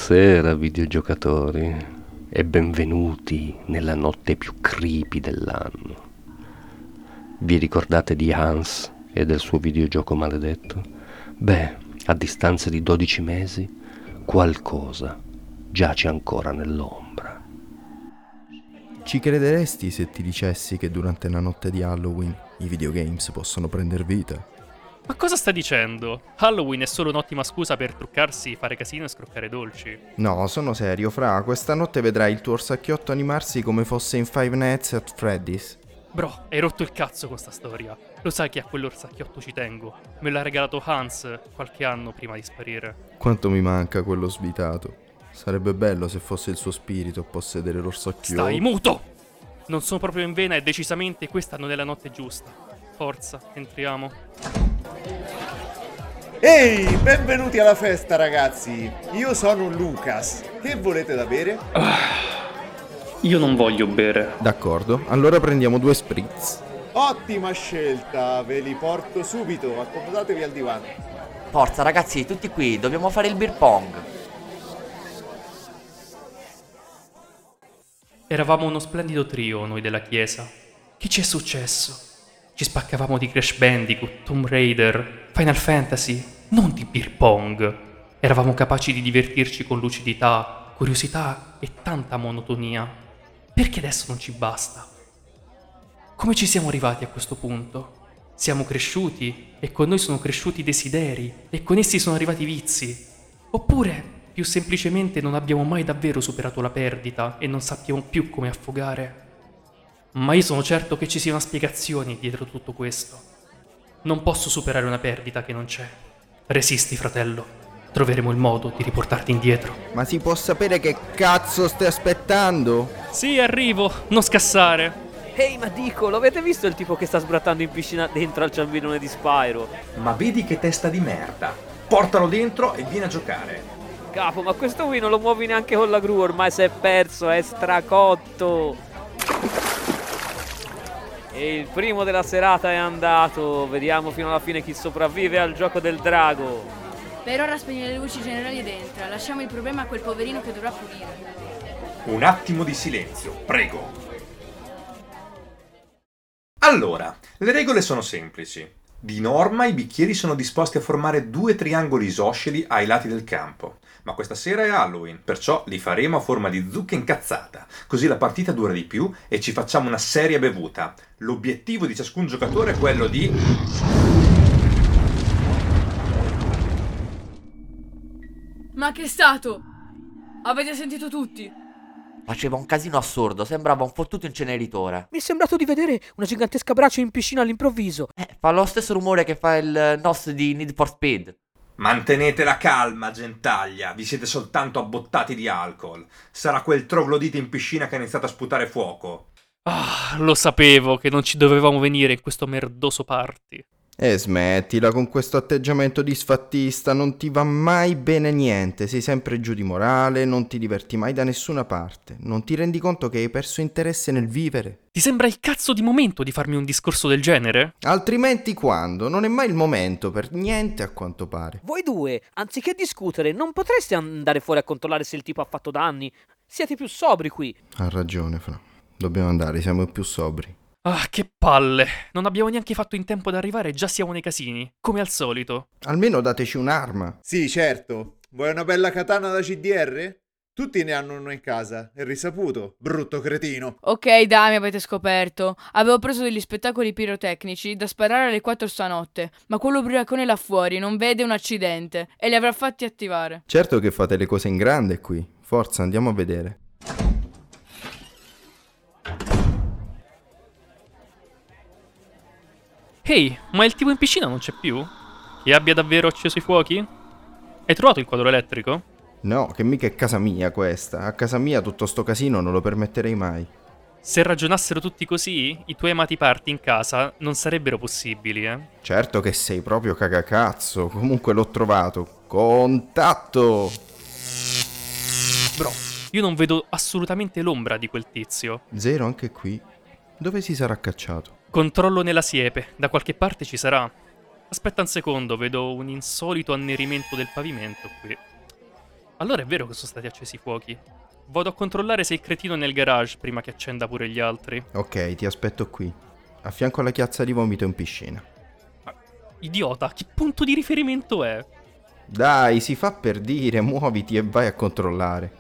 Buonasera videogiocatori e benvenuti nella notte più creepy dell'anno. Vi ricordate di Hans e del suo videogioco maledetto? Beh, a distanza di 12 mesi, qualcosa giace ancora nell'ombra. Ci crederesti se ti dicessi che durante la notte di Halloween i videogames possono prendere vita? Ma cosa stai dicendo? Halloween è solo un'ottima scusa per truccarsi, fare casino e scroccare dolci. No, sono serio, Fra. Questa notte vedrai il tuo orsacchiotto animarsi come fosse in Five Nights at Freddy's. Bro, hai rotto il cazzo con sta storia. Lo sai che a quell'orsacchiotto ci tengo. Me l'ha regalato Hans qualche anno prima di sparire. Quanto mi manca quello svitato. Sarebbe bello se fosse il suo spirito a possedere l'orsacchiotto. Stai muto! Non sono proprio in vena e decisamente questa non è la notte giusta. Forza, entriamo. Ehi, benvenuti alla festa ragazzi! Io sono Lucas. Che volete da bere? Io non voglio bere. D'accordo, allora prendiamo 2 spritz. Ottima scelta, ve li porto subito, accomodatevi al divano. Forza ragazzi, tutti qui, dobbiamo fare il beer pong. Eravamo uno splendido trio, noi della chiesa. Che ci è successo? Ci spaccavamo di Crash Bandicoot, Tomb Raider, Final Fantasy, non di beer pong. Eravamo capaci di divertirci con lucidità, curiosità e tanta monotonia. Perché adesso non ci basta? Come ci siamo arrivati a questo punto? Siamo cresciuti e con noi sono cresciuti i desideri e con essi sono arrivati i vizi. Oppure, più semplicemente, non abbiamo mai davvero superato la perdita e non sappiamo più come affogare. Ma io sono certo che ci sia una spiegazione dietro tutto questo. Non posso superare una perdita che non c'è. Resisti, fratello. Troveremo il modo di riportarti indietro. Ma si può sapere che cazzo stai aspettando? Sì, arrivo. Non scassare. Ehi, ma dico, l'avete visto il tipo che sta sbrattando in piscina dentro al ciambinone di Spyro? Ma vedi che testa di merda. Portalo dentro e vieni a giocare. Capo, ma questo qui non lo muovi neanche con la gru, ormai si è perso, è stracotto. E il primo della serata è andato. Vediamo fino alla fine chi sopravvive al gioco del drago. Per ora spegni le luci generali ed entra. Lasciamo il problema a quel poverino che dovrà pulire. Un attimo di silenzio, prego. Allora, le regole sono semplici. Di norma i bicchieri sono disposti a formare 2 triangoli isosceli ai lati del campo. Ma questa sera è Halloween, perciò li faremo a forma di zucca incazzata. Così la partita dura di più e ci facciamo una seria bevuta. L'obiettivo di ciascun giocatore è quello di... Ma che è stato? Avete sentito tutti? Faceva un casino assurdo, sembrava un fottuto inceneritore. Mi è sembrato di vedere una gigantesca brace in piscina all'improvviso. Fa lo stesso rumore che fa il NOS di Need for Speed. Mantenete la calma, gentaglia, vi siete soltanto abbottati di alcol. Sarà quel troglodite in piscina che ha iniziato a sputare fuoco. Ah, lo sapevo che non ci dovevamo venire in questo merdoso party. Smettila con questo atteggiamento disfattista, non ti va mai bene niente, sei sempre giù di morale, non ti diverti mai da nessuna parte, non ti rendi conto che hai perso interesse nel vivere? Ti sembra il cazzo di momento di farmi un discorso del genere? Altrimenti quando? Non è mai il momento per niente a quanto pare. Voi due, anziché discutere, non potreste andare fuori a controllare se il tipo ha fatto danni? Siete più sobri qui. Ha ragione, Fra, dobbiamo andare, siamo più sobri. Ah, che palle! Non abbiamo neanche fatto in tempo ad arrivare e già siamo nei casini, come al solito. Almeno dateci un'arma. Sì, certo. Vuoi una bella katana da CDR? Tutti ne hanno uno in casa, è risaputo, brutto cretino. Ok, dai, mi avete scoperto. Avevo preso degli spettacoli pirotecnici da sparare alle 4 stanotte, ma quello ubriacone là fuori non vede un accidente e li avrà fatti attivare. Certo che fate le cose in grande qui. Forza, andiamo a vedere. Ehi, ma il tipo in piscina non c'è più? Che abbia davvero acceso i fuochi? Hai trovato il quadro elettrico? No, che mica è casa mia questa. A casa mia tutto sto casino non lo permetterei mai. Se ragionassero tutti così, i tuoi amati party in casa non sarebbero possibili, eh? Certo che sei proprio cagacazzo. Comunque l'ho trovato. Contatto! Bro, io non vedo assolutamente l'ombra di quel tizio. 0 anche qui. Dove si sarà cacciato? Controllo nella siepe, da qualche parte ci sarà. Aspetta un secondo, vedo un insolito annerimento del pavimento qui. Allora è vero che sono stati accesi i fuochi. Vado a controllare se il cretino è nel garage prima che accenda pure gli altri. Ok, ti aspetto qui, a fianco alla chiazza di vomito in piscina. Idiota, che punto di riferimento è? Dai, si fa per dire, muoviti e vai a controllare.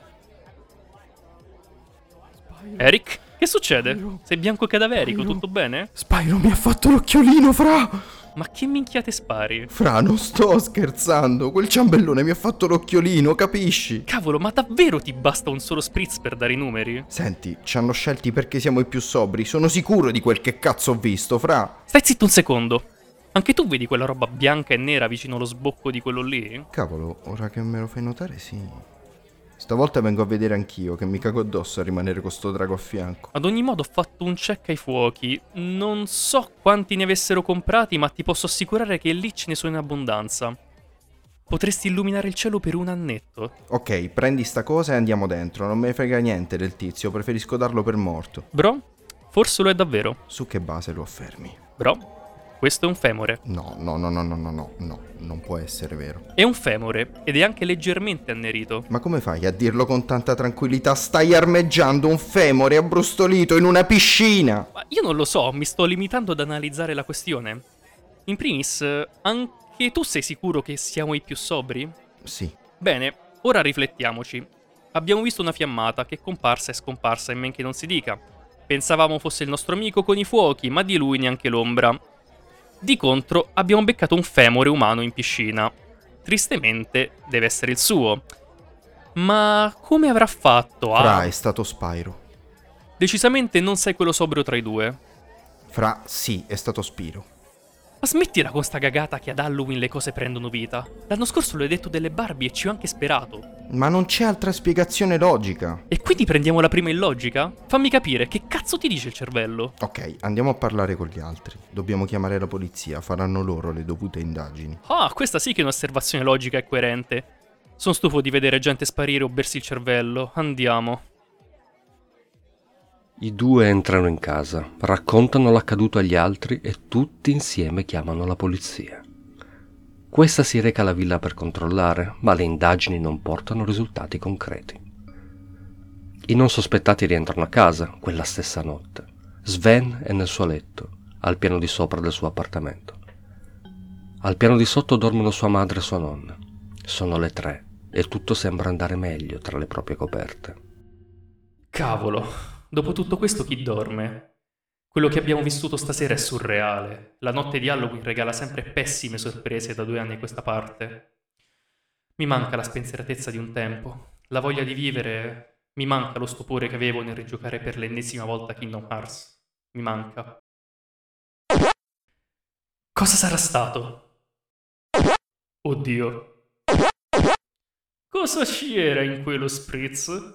Eric, che succede? Sei bianco cadaverico, tutto bene? Spyro mi ha fatto l'occhiolino, fra! Ma che minchiate spari? Fra, non sto scherzando, quel ciambellone mi ha fatto l'occhiolino, capisci? Cavolo, ma davvero ti basta un solo spritz per dare i numeri? Senti, ci hanno scelti perché siamo i più sobri, sono sicuro di quel che cazzo ho visto, fra. Stai zitto un secondo. Anche tu vedi quella roba bianca e nera vicino allo sbocco di quello lì? Cavolo, ora che me lo fai notare, sì. Stavolta vengo a vedere anch'io, che mi cago addosso a rimanere con sto drago a fianco. Ad ogni modo ho fatto un check ai fuochi. Non so quanti ne avessero comprati, ma ti posso assicurare che lì ce ne sono in abbondanza. Potresti illuminare il cielo per un annetto. Ok, prendi sta cosa e andiamo dentro, non me ne frega niente del tizio, preferisco darlo per morto. Bro, forse lo è davvero. Su che base lo affermi? Bro, questo è un femore. No, non può essere vero. È un femore ed è anche leggermente annerito. Ma come fai a dirlo con tanta tranquillità? Stai armeggiando un femore abbrustolito in una piscina! Ma io non lo so, mi sto limitando ad analizzare la questione. In primis, anche tu sei sicuro che siamo i più sobri? Sì. Bene, ora riflettiamoci. Abbiamo visto una fiammata che è comparsa e scomparsa in men che non si dica. Pensavamo fosse il nostro amico con i fuochi, ma di lui neanche l'ombra. Di contro, abbiamo beccato un femore umano in piscina. Tristemente, deve essere il suo. Ma come avrà fatto a... Fra, è stato Spyro. Decisamente non sei quello sobrio tra i due. Fra, sì, è stato Spyro. Ma smettila con sta cagata che ad Halloween le cose prendono vita. L'anno scorso l'hai detto delle Barbie e ci ho anche sperato. Ma non c'è altra spiegazione logica. E quindi prendiamo la prima in logica? Fammi capire, che cazzo ti dice il cervello? Ok, andiamo a parlare con gli altri. Dobbiamo chiamare la polizia, faranno loro le dovute indagini. Ah, questa sì che è un'osservazione logica e coerente. Sono stufo di vedere gente sparire o bersi il cervello. Andiamo. I due entrano in casa, raccontano l'accaduto agli altri e tutti insieme chiamano la polizia. Questa si reca alla villa per controllare, ma le indagini non portano risultati concreti. I non sospettati rientrano a casa quella stessa notte. Sven è nel suo letto, al piano di sopra del suo appartamento. Al piano di sotto dormono sua madre e sua nonna. Sono le 3 e tutto sembra andare meglio tra le proprie coperte. Cavolo. Dopo tutto questo chi dorme? Quello che abbiamo vissuto stasera è surreale. La notte di Halloween regala sempre pessime sorprese da 2 anni a questa parte. Mi manca la spensieratezza di un tempo, la voglia di vivere, mi manca lo stupore che avevo nel rigiocare per l'ennesima volta Kingdom Hearts. Mi manca. Cosa sarà stato? Oddio. Cosa c'era in quello spritz?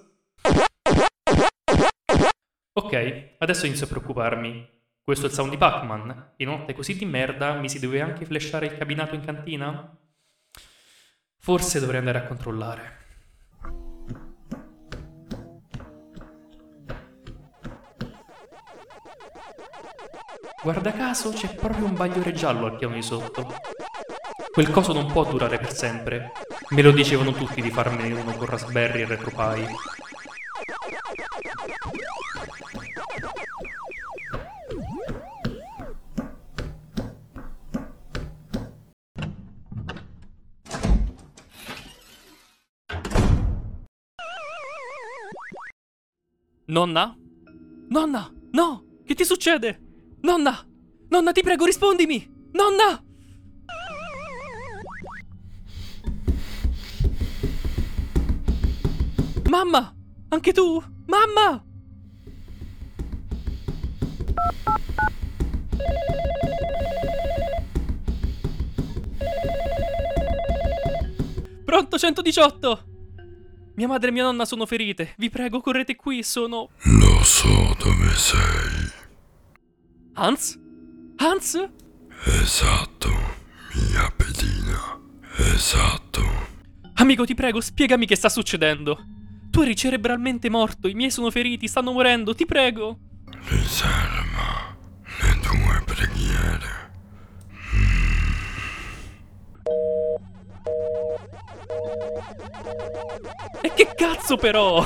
Ok, adesso inizio a preoccuparmi. Questo è il sound di Pac-Man? E notte così di merda mi si deve anche flashare il cabinato in cantina? Forse dovrei andare a controllare. Guarda caso c'è proprio un bagliore giallo al piano di sotto. Quel coso non può durare per sempre. Me lo dicevano tutti di farmene uno con Raspberry e RetroPie. Nonna? Nonna! No! Che ti succede? Nonna! Nonna, ti prego, rispondimi! Nonna! Mamma! Anche tu? Mamma! Pronto 118! Mia madre e mia nonna sono ferite. Vi prego, correte qui, sono... Lo so dove sei. Hans? Hans? Esatto, mia pedina. Esatto. Amico, ti prego, spiegami che sta succedendo. Tu eri cerebralmente morto, i miei sono feriti, stanno morendo, ti prego. Riserva le tue preghiere. E che cazzo però?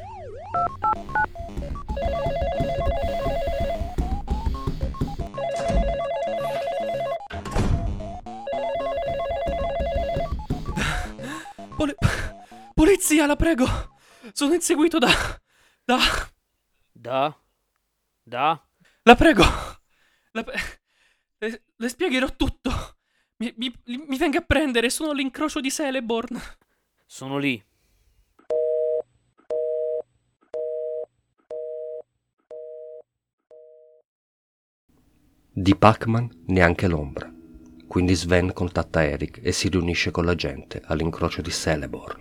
Polizia, la prego! Sono inseguito da... La prego! Le spiegherò tutto! Mi venga a prendere, sono all'incrocio di Celeborn! Sono lì. Di Pac-Man neanche l'ombra. Quindi Sven contatta Eric e si riunisce con la gente all'incrocio di Celeborn.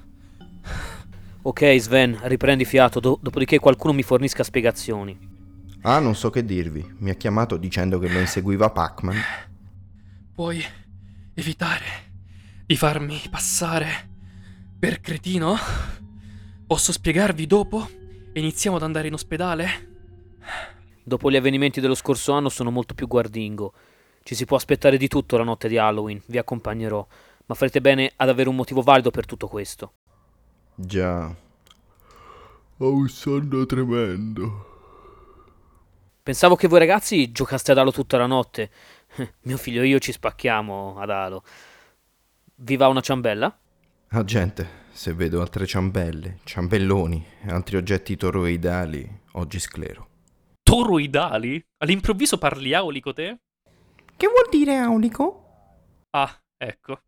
Ok Sven, riprendi fiato, dopodiché qualcuno mi fornisca spiegazioni. Ah, non so che dirvi. Mi ha chiamato dicendo che lo inseguiva Pac-Man. Puoi evitare di farmi passare per cretino? Posso spiegarvi dopo? E iniziamo ad andare in ospedale? Dopo gli avvenimenti dello scorso anno sono molto più guardingo. Ci si può aspettare di tutto la notte di Halloween, vi accompagnerò, ma farete bene ad avere un motivo valido per tutto questo. Già. Ho un sonno tremendo. Pensavo che voi ragazzi giocaste ad Halo tutta la notte. Mio figlio e io ci spacchiamo ad Halo. Vi va una ciambella? Agente, se vedo altre ciambelle, ciambelloni e altri oggetti toroidali, oggi sclero. Toroidali? All'improvviso parli aulico te? Che vuol dire aulico? Ah, ecco.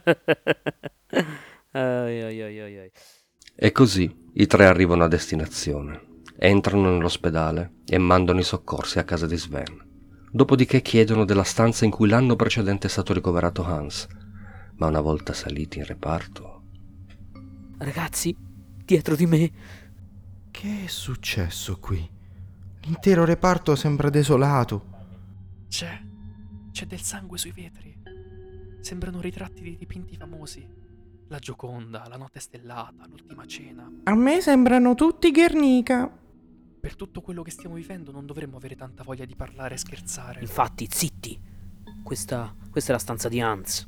Ai. E così i tre arrivano a destinazione, entrano nell'ospedale e mandano i soccorsi a casa di Sven. Dopodiché chiedono della stanza in cui l'anno precedente è stato ricoverato Hans, ma una volta saliti in reparto... Ragazzi, dietro di me. Che è successo qui? L'intero reparto sembra desolato. C'è del sangue sui vetri. Sembrano ritratti di dipinti famosi. La Gioconda, la notte stellata, l'ultima cena. A me sembrano tutti Guernica. Per tutto quello che stiamo vivendo non dovremmo avere tanta voglia di parlare e scherzare. Infatti, zitti. Questa è la stanza di Hans.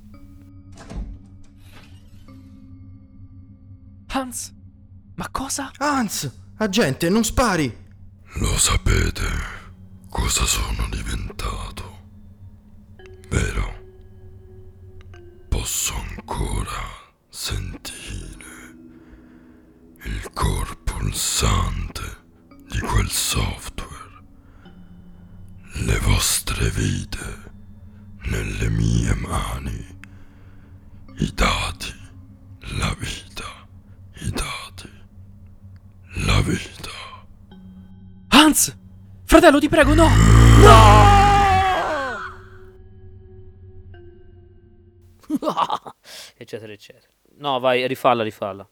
Hans? Ma cosa? Hans! Agente, non spari! Lo sapete cosa sono diventato, vero? Posso ancora sentire il core pulsante di quel software, le vostre vite nelle mie mani, i dati, la vita, i dati, la vita. Hans! Fratello, ti prego, no! Eccetera, eccetera. No, vai, rifalla.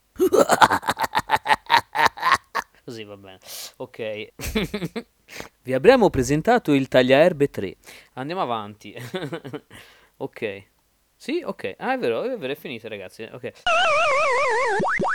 Così va bene. Ok. Vi abbiamo presentato il tagliaerbe 3. Andiamo avanti. Ok. Sì, ok. Ah, è vero, è finito, ragazzi. Ok.